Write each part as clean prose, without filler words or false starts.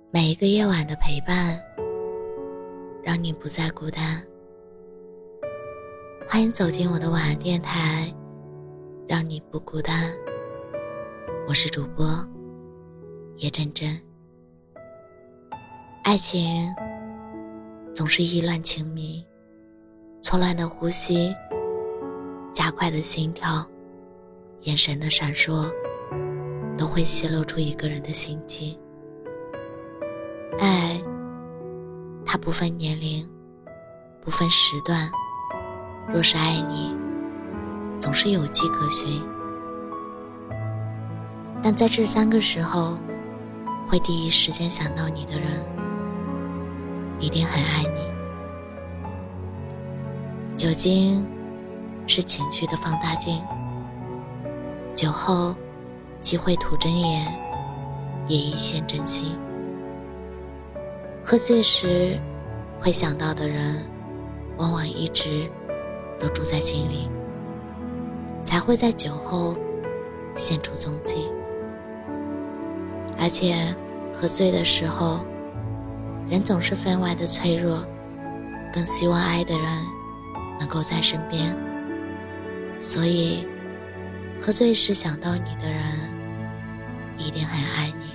每一个夜晚的陪伴，让你不再孤单。欢迎走进我的晚安电台，让你不孤单。我是主播叶真真。爱情总是意乱情迷，错乱的呼吸，加快的心跳，眼神的闪烁，都会泄露出一个人的心机。爱，它不分年龄，不分时段，若是爱你，总是有迹可循。但在这3个时候，会第一时间想到你的人，一定很爱你。酒精是情绪的放大镜，酒后既会吐真言，也一现真心。喝醉时会想到的人，往往一直都住在心里，才会在酒后现出踪迹。而且喝醉的时候，人总是分外的脆弱，更希望爱的人能够在身边。所以喝醉时想到你的人，一定很爱你。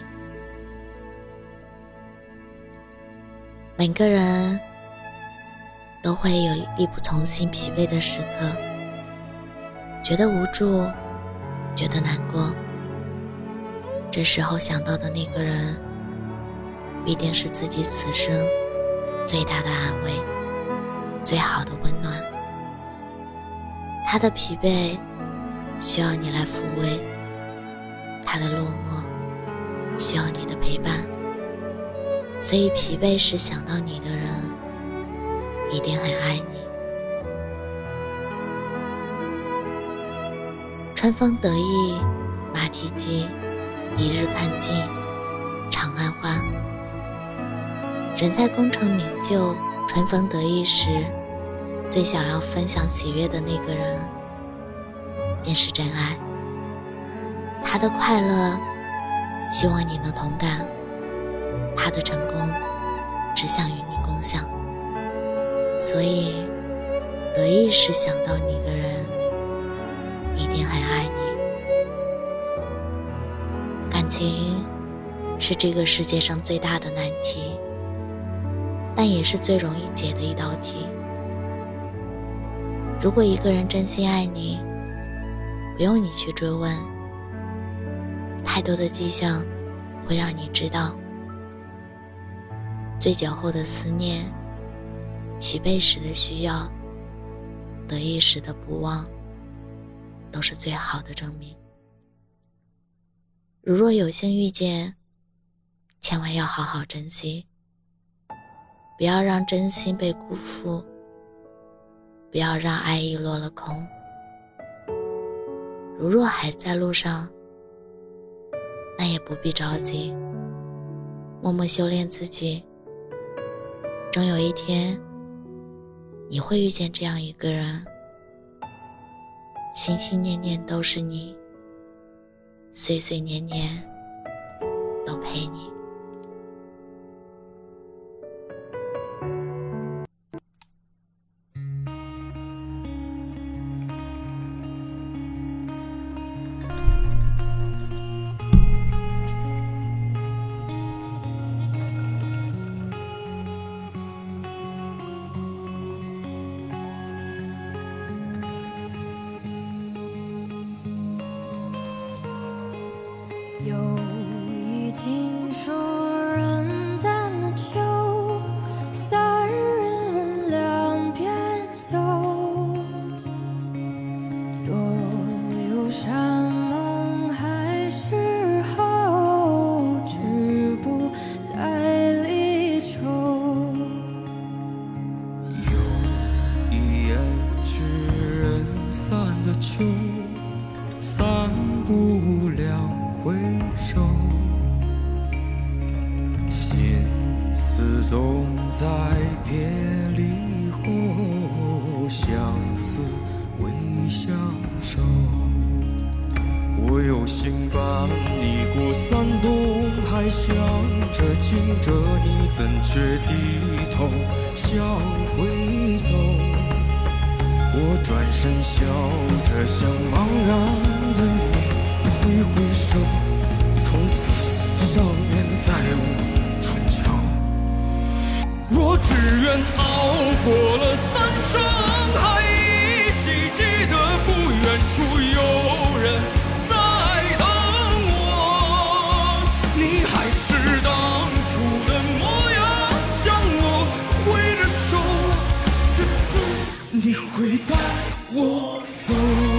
每个人都会有力不从心、疲惫的时刻，觉得无助，觉得难过。这时候想到的那个人，必定是自己此生最大的安慰，最好的温暖。他的疲惫需要你来抚慰，他的落寞需要你的陪伴。所以疲惫时想到你的人，一定很爱你。春风得意马蹄疾，一日看尽长安花。人在功成名就、春风得意时，最想要分享喜悦的那个人，便是真爱。他的快乐，希望你能同感；他的成功，只想与你共享。所以，得意时想到你的人，一定很爱你。感情是这个世界上最大的难题，但也是最容易解的一道题。如果一个人真心爱你，不用你去追问，太多的迹象会让你知道。醉酒后的思念，疲惫时的需要，得意时的不忘，都是最好的证明。如若有幸遇见，千万要好好珍惜，不要让真心被辜负，不要让爱意落了空。如若还在路上，那也不必着急，默默修炼自己。终有一天，你会遇见这样一个人，心心念念都是你，岁岁年年都陪你。 有一经说人淡的酒，三人两边走，多忧伤梦还是后，止步在离愁。 有一夜知人散的秋，散不了回首，心思总在别离后，相思未相守。我有幸把你过三冬，还想着亲着你，怎却低头向回走？我转身笑着向茫然的你挥挥手，从此少年再无春秋。我只愿熬过了3生海，依稀记得不远处有人在等我。你还是当初的模样，向我挥着手，这次你会带我走。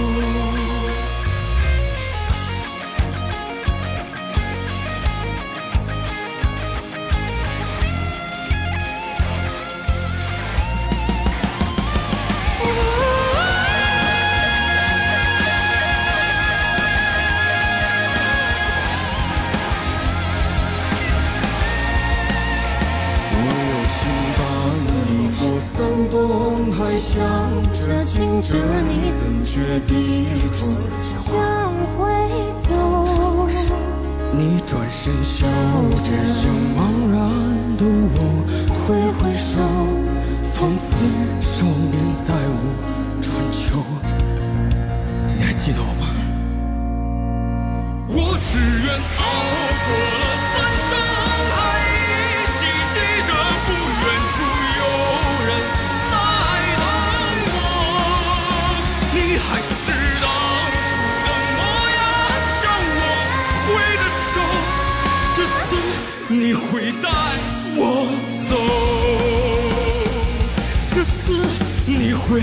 东海想着紧着你，怎却低头向回走。 你转身笑着向茫然的我挥挥手，从此少年再无春秋。你还记得我吗？我只愿熬过了3生海，依稀记得不远处有人你还是当初的模样，向我挥着手，这次你会带我走，这次你会。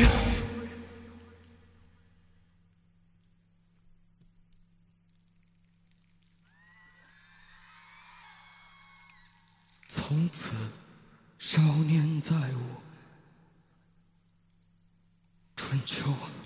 从此，少年再无春秋。